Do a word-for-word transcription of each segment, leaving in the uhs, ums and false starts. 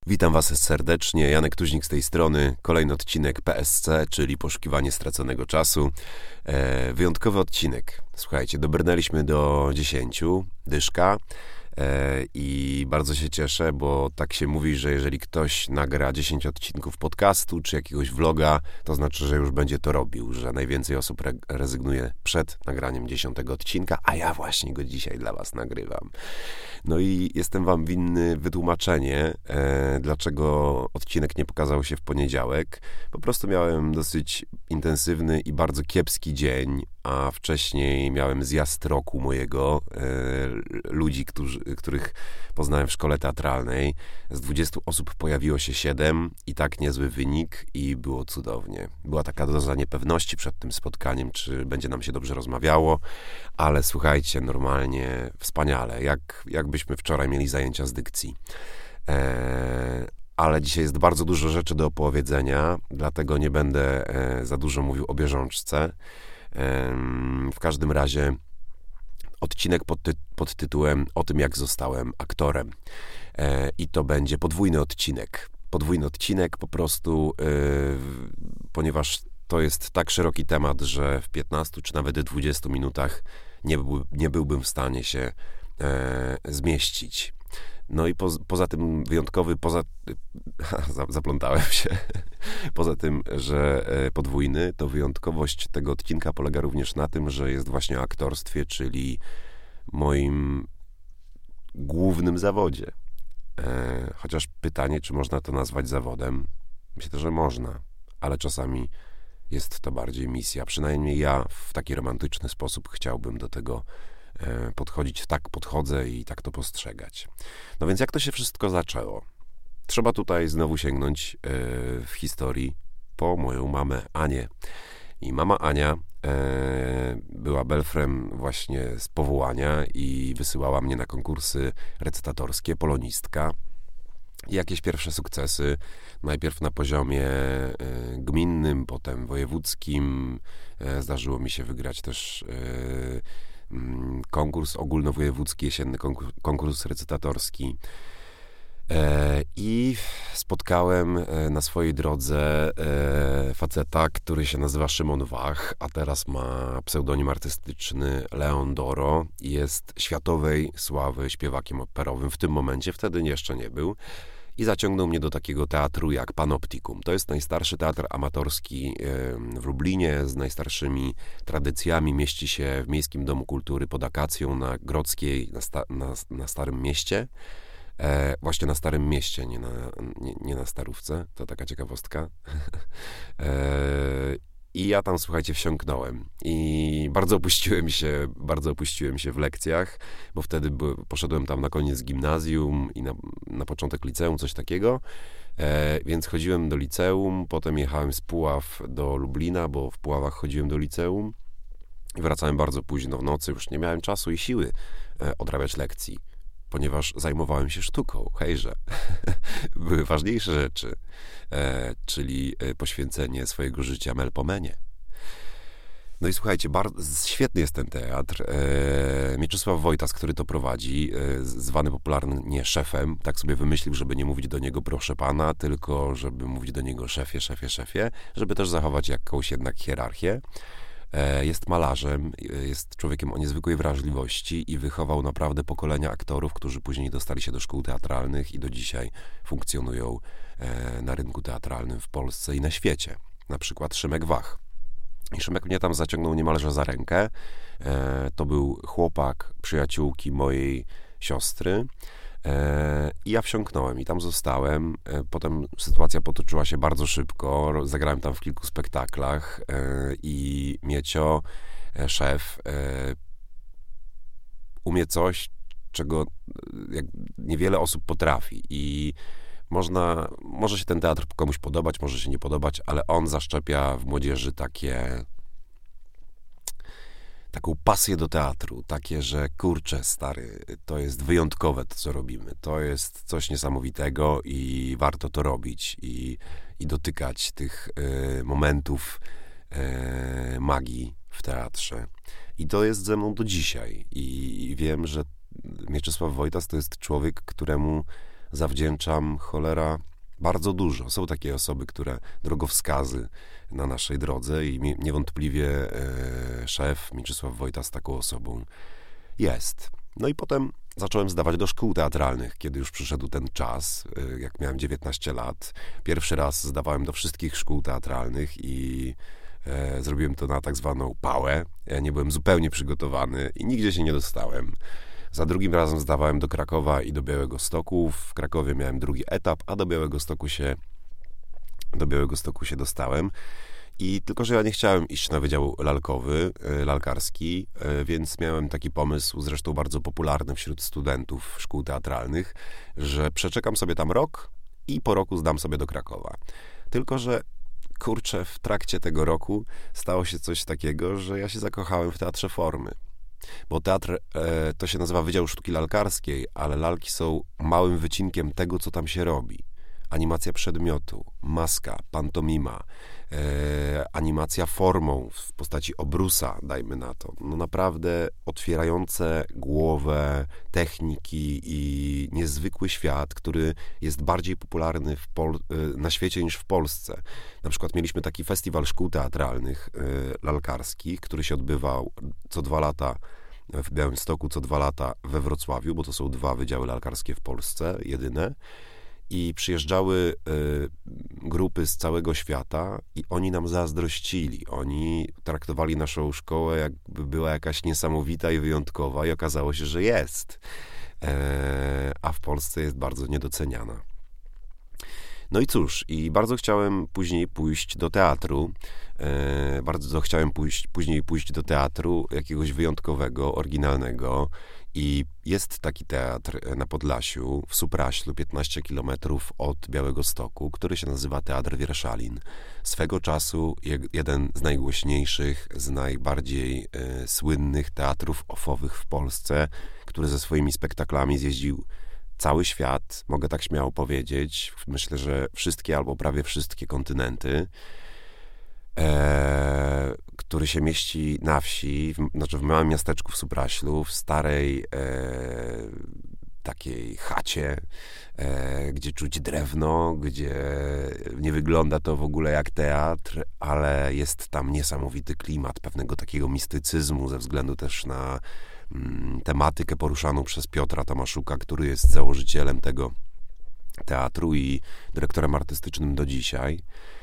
Witam Was serdecznie, Janek Tuźnik z tej strony, kolejny odcinek P S C, czyli poszukiwanie straconego czasu. E, wyjątkowy odcinek. Słuchajcie, dobrnęliśmy do dziesięciu, dyszka e, i bardzo się cieszę, bo tak się mówi, że jeżeli ktoś nagra dziesięć odcinków podcastu czy jakiegoś vloga, to znaczy, że już będzie to robił, że najwięcej osób re- rezygnuje przed nagraniem dziesiątego odcinka, a ja właśnie go dzisiaj dla Was nagrywam. No i jestem Wam winny wytłumaczenie, e, dlaczego odcinek nie pokazał się w poniedziałek. Po prostu miałem dosyć intensywny i bardzo kiepski dzień, a wcześniej miałem zjazd roku mojego, e, ludzi, którzy, których poznałem w szkole teatralnej. Z dwudziestu osób pojawiło się siedem i tak niezły wynik i było cudownie. Była taka doza niepewności przed tym spotkaniem, czy będzie nam się dobrze rozmawiało, ale słuchajcie, normalnie wspaniale, jak, jakbyśmy wczoraj mieli zajęcia z dykcji. E, ale dzisiaj jest bardzo dużo rzeczy do opowiedzenia, dlatego nie będę e, za dużo mówił o bieżączce. E, w każdym razie odcinek pod, ty- pod tytułem o tym, jak zostałem aktorem. E, I to będzie podwójny odcinek. Podwójny odcinek po prostu, e, ponieważ to jest tak szeroki temat, że w piętnastu czy nawet dwudziestu minutach nie, był, nie byłbym w stanie się e, zmieścić. No i po, poza tym wyjątkowy, poza... zaplątałem się. Poza tym, że podwójny, to wyjątkowość tego odcinka polega również na tym, że jest właśnie o aktorstwie, czyli moim głównym zawodzie. E, chociaż pytanie, czy można to nazwać zawodem? Myślę, że można, ale czasami jest to bardziej misja. Przynajmniej ja w taki romantyczny sposób chciałbym do tego podchodzić, tak podchodzę i tak to postrzegać. No więc jak to się wszystko zaczęło? Trzeba tutaj znowu sięgnąć w historii po moją mamę Anię. I mama Ania była belfrem właśnie z powołania i wysyłała mnie na konkursy recytatorskie, polonistka. I jakieś pierwsze sukcesy, najpierw na poziomie gminnym, potem wojewódzkim. Zdarzyło mi się wygrać też konkurs ogólnowojewódzki, jesienny konkurs, konkurs recytatorski. E, I spotkałem na swojej drodze e, faceta, który się nazywa Szymon Wach, a teraz ma pseudonim artystyczny Leon Doro i jest światowej sławy śpiewakiem operowym. W tym momencie, wtedy jeszcze nie był. I zaciągnął mnie do takiego teatru jak Panoptikum. To jest najstarszy teatr amatorski w Lublinie, z najstarszymi tradycjami. Mieści się w Miejskim Domu Kultury pod Akacją na Grodzkiej, na, sta, na, na Starym Mieście. E, właśnie na Starym Mieście, nie na, nie, nie na Starówce. To taka ciekawostka. e, I ja tam, słuchajcie, wsiąknąłem i bardzo opuściłem się, bardzo opuściłem się w lekcjach, bo wtedy by, poszedłem tam na koniec gimnazjum i na, na początek liceum, coś takiego, e, więc chodziłem do liceum, potem jechałem z Puław do Lublina, bo w Puławach chodziłem do liceum i wracałem bardzo późno w nocy, już nie miałem czasu i siły e, odrabiać lekcji, ponieważ zajmowałem się sztuką, hejże. Były ważniejsze rzeczy, e, czyli poświęcenie swojego życia Melpomenie. No i słuchajcie, bardzo, świetny jest ten teatr. E, Mieczysław Wojtas, który to prowadzi, e, zwany popularnie szefem, tak sobie wymyślił, żeby nie mówić do niego proszę pana, tylko żeby mówić do niego szefie, szefie, szefie, żeby też zachować jakąś jednak hierarchię. Jest malarzem, jest człowiekiem o niezwykłej wrażliwości i wychował naprawdę pokolenia aktorów, którzy później dostali się do szkół teatralnych i do dzisiaj funkcjonują na rynku teatralnym w Polsce i na świecie. Na przykład Szymek Wach. I Szymek mnie tam zaciągnął niemalże za rękę. To był chłopak przyjaciółki mojej siostry. I ja wsiąknąłem i tam zostałem. Potem sytuacja potoczyła się bardzo szybko. Zagrałem tam w kilku spektaklach i Miecio, szef, umie coś, czego jak niewiele osób potrafi. I można, może się ten teatr komuś podobać, może się nie podobać, ale on zaszczepia w młodzieży takie... taką pasję do teatru, takie, że kurczę, stary, to jest wyjątkowe to, co robimy. To jest coś niesamowitego i warto to robić i, i dotykać tych y, momentów y, magii w teatrze. I to jest ze mną do dzisiaj. I wiem, że Mieczysław Wojtas to jest człowiek, któremu zawdzięczam, cholera, bardzo dużo. Są takie osoby, które drogowskazy na naszej drodze i niewątpliwie e, szef Mieczysław Wojtas taką osobą jest. No i potem zacząłem zdawać do szkół teatralnych, kiedy już przyszedł ten czas, e, jak miałem dziewiętnaście lat. Pierwszy raz zdawałem do wszystkich szkół teatralnych i e, zrobiłem to na tak zwaną pałę. Ja nie byłem zupełnie przygotowany i nigdzie się nie dostałem. Za drugim razem zdawałem do Krakowa i do Białegostoku. W Krakowie miałem drugi etap, a do Białegostoku się, do Białegostoku się dostałem. I tylko, że ja nie chciałem iść na wydział lalkowy, lalkarski, więc miałem taki pomysł, zresztą bardzo popularny wśród studentów szkół teatralnych, że przeczekam sobie tam rok i po roku zdam sobie do Krakowa. Tylko, że kurczę, w trakcie tego roku stało się coś takiego, że ja się zakochałem w teatrze formy. Bo teatr e, to się nazywa Wydział Sztuki Lalkarskiej, ale lalki są małym wycinkiem tego, co tam się robi. Animacja przedmiotu, maska, pantomima, e, animacja formą w postaci obrusa, dajmy na to. No naprawdę otwierające głowę techniki i niezwykły świat, który jest bardziej popularny w Pol- na świecie niż w Polsce. Na przykład mieliśmy taki festiwal szkół teatralnych e, lalkarskich, który się odbywał co dwa lata w Białymstoku, co dwa lata we Wrocławiu, bo to są dwa wydziały lalkarskie w Polsce, jedyne. I przyjeżdżały y, grupy z całego świata i oni nam zazdrościli. Oni traktowali naszą szkołę, jakby była jakaś niesamowita i wyjątkowa i okazało się, że jest. E, a w Polsce jest bardzo niedoceniana. No i cóż, i bardzo chciałem później pójść do teatru. E, bardzo chciałem pójść, później pójść do teatru jakiegoś wyjątkowego, oryginalnego. I jest taki teatr na Podlasiu, w Supraślu, piętnaście kilometrów od Białegostoku, który się nazywa Teatr Wierszalin. Swego czasu jeden z najgłośniejszych, z najbardziej e, słynnych teatrów ofowych w Polsce, który ze swoimi spektaklami zjeździł cały świat, mogę tak śmiało powiedzieć. Myślę, że wszystkie albo prawie wszystkie kontynenty. E, który się mieści na wsi, w, znaczy w małym miasteczku w Supraślu, w starej e, takiej chacie, e, gdzie czuć drewno, gdzie nie wygląda to w ogóle jak teatr, ale jest tam niesamowity klimat pewnego takiego mistycyzmu ze względu też na mm, tematykę poruszaną przez Piotra Tomaszuka, który jest założycielem tego teatru i dyrektorem artystycznym do dzisiaj.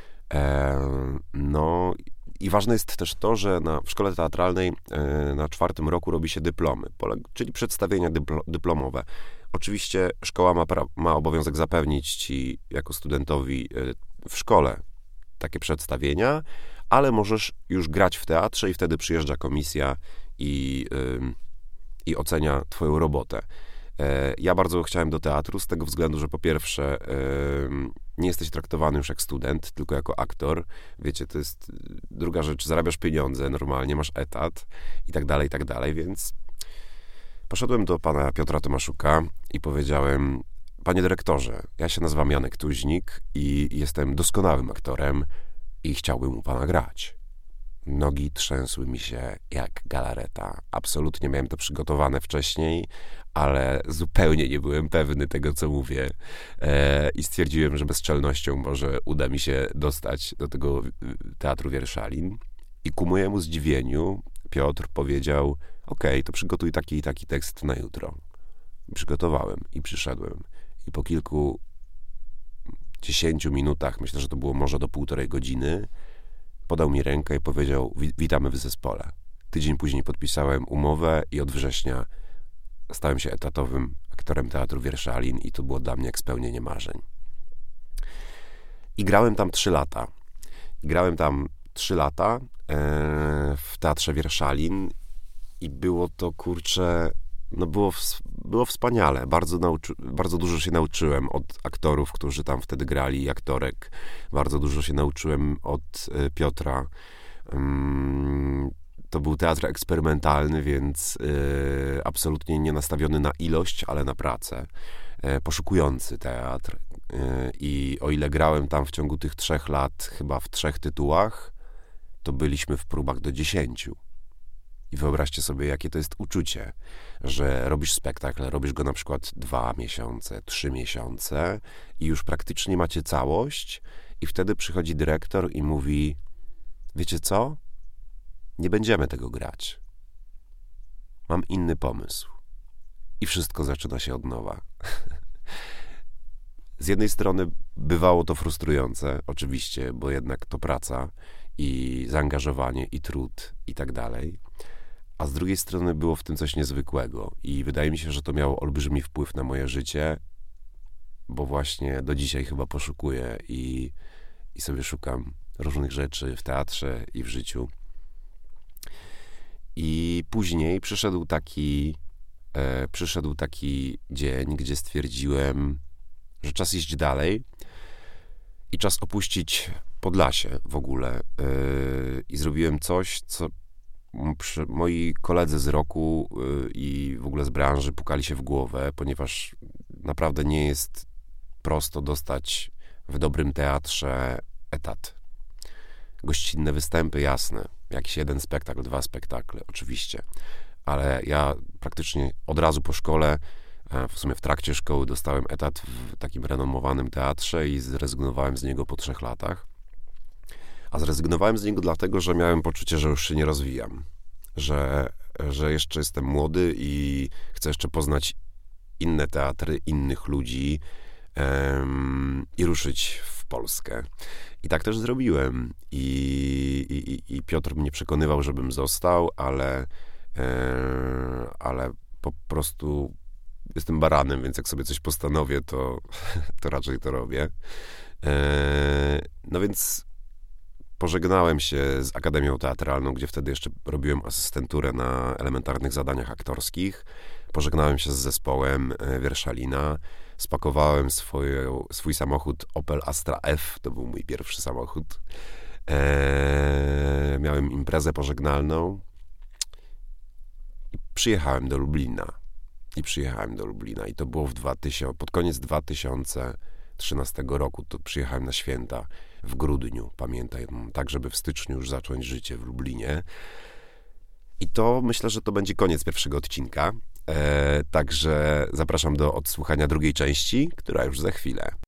No i ważne jest też to, że na, w szkole teatralnej na czwartym roku robi się dyplomy, czyli przedstawienia dypl- dyplomowe. Oczywiście szkoła ma, pra- ma obowiązek zapewnić ci jako studentowi w szkole takie przedstawienia, ale możesz już grać w teatrze i wtedy przyjeżdża komisja i, yy, i ocenia twoją robotę. Ja bardzo chciałem do teatru z tego względu, że po pierwsze nie jesteś traktowany już jak student, tylko jako aktor. Wiecie, to jest druga rzecz, zarabiasz pieniądze, normalnie masz etat i tak dalej, i tak dalej, więc poszedłem do pana Piotra Tomaszuka i powiedziałem: panie dyrektorze, ja się nazywam Janek Tuźnik i jestem doskonałym aktorem i chciałbym u pana grać. Nogi trzęsły mi się jak galareta. Absolutnie miałem to przygotowane wcześniej, ale zupełnie nie byłem pewny tego, co mówię. E, I stwierdziłem, że bezczelnością może uda mi się dostać do tego Teatru Wierszalin. I ku mojemu zdziwieniu Piotr powiedział: okej, to przygotuj taki i taki tekst na jutro. I przygotowałem i przyszedłem. I po kilku dziesięciu minutach, myślę, że to było może do półtorej godziny, podał mi rękę i powiedział: witamy w zespole. Tydzień później podpisałem umowę i od września stałem się etatowym aktorem Teatru Wierszalin i to było dla mnie jak spełnienie marzeń. I grałem tam trzy lata. I grałem tam trzy lata e, w Teatrze Wierszalin i było to, kurczę, no było, było wspaniale. Bardzo, nauczy, bardzo dużo się nauczyłem od aktorów, którzy tam wtedy grali, i aktorek. Bardzo dużo się nauczyłem od y, Piotra. Ym, to był teatr eksperymentalny, więc y, absolutnie nie nastawiony na ilość, ale na pracę. Y, poszukujący teatr. Y, I o ile grałem tam w ciągu tych trzech lat, chyba w trzech tytułach, to byliśmy w próbach do dziesięciu. I wyobraźcie sobie, jakie to jest uczucie, że robisz spektakl, robisz go na przykład dwa miesiące, trzy miesiące i już praktycznie macie całość i wtedy przychodzi dyrektor i mówi: wiecie co? Nie będziemy tego grać. Mam inny pomysł. I wszystko zaczyna się od nowa. Z jednej strony bywało to frustrujące, oczywiście, bo jednak to praca i zaangażowanie, i trud, i tak dalej. A z drugiej strony było w tym coś niezwykłego i wydaje mi się, że to miało olbrzymi wpływ na moje życie, bo właśnie do dzisiaj chyba poszukuję i, i sobie szukam różnych rzeczy w teatrze i w życiu. I później przyszedł taki, e, przyszedł taki dzień, gdzie stwierdziłem, że czas iść dalej i czas opuścić Podlasie w ogóle. Yy, I zrobiłem coś, co przy, moi koledzy z roku yy, i w ogóle z branży pukali się w głowę, ponieważ naprawdę nie jest prosto dostać w dobrym teatrze etat. Gościnne występy, jasne. Jakiś jeden spektakl, dwa spektakle, oczywiście. Ale ja praktycznie od razu po szkole, w sumie w trakcie szkoły, dostałem etat w takim renomowanym teatrze i zrezygnowałem z niego po trzech latach. A zrezygnowałem z niego dlatego, że miałem poczucie, że już się nie rozwijam. Że, że jeszcze jestem młody i chcę jeszcze poznać inne teatry, innych ludzi um, i ruszyć w Polskę. I tak też zrobiłem. I, i, i Piotr mnie przekonywał, żebym został, ale, e, ale po prostu jestem baranem, więc jak sobie coś postanowię, to, to raczej to robię. E, no więc pożegnałem się z Akademią Teatralną, gdzie wtedy jeszcze robiłem asystenturę na elementarnych zadaniach aktorskich. Pożegnałem się z zespołem Wierszalina. Spakowałem swoje, swój samochód Opel Astra F. To był mój pierwszy samochód. Eee, miałem imprezę pożegnalną i przyjechałem do Lublina. I przyjechałem do Lublina. I to było w dwa tysiące, pod koniec dwa tysiące trzynastego roku. To przyjechałem na święta w grudniu, pamiętam, tak żeby w styczniu już zacząć życie w Lublinie. I to myślę, że to będzie koniec pierwszego odcinka. E, także zapraszam do odsłuchania drugiej części, która już za chwilę.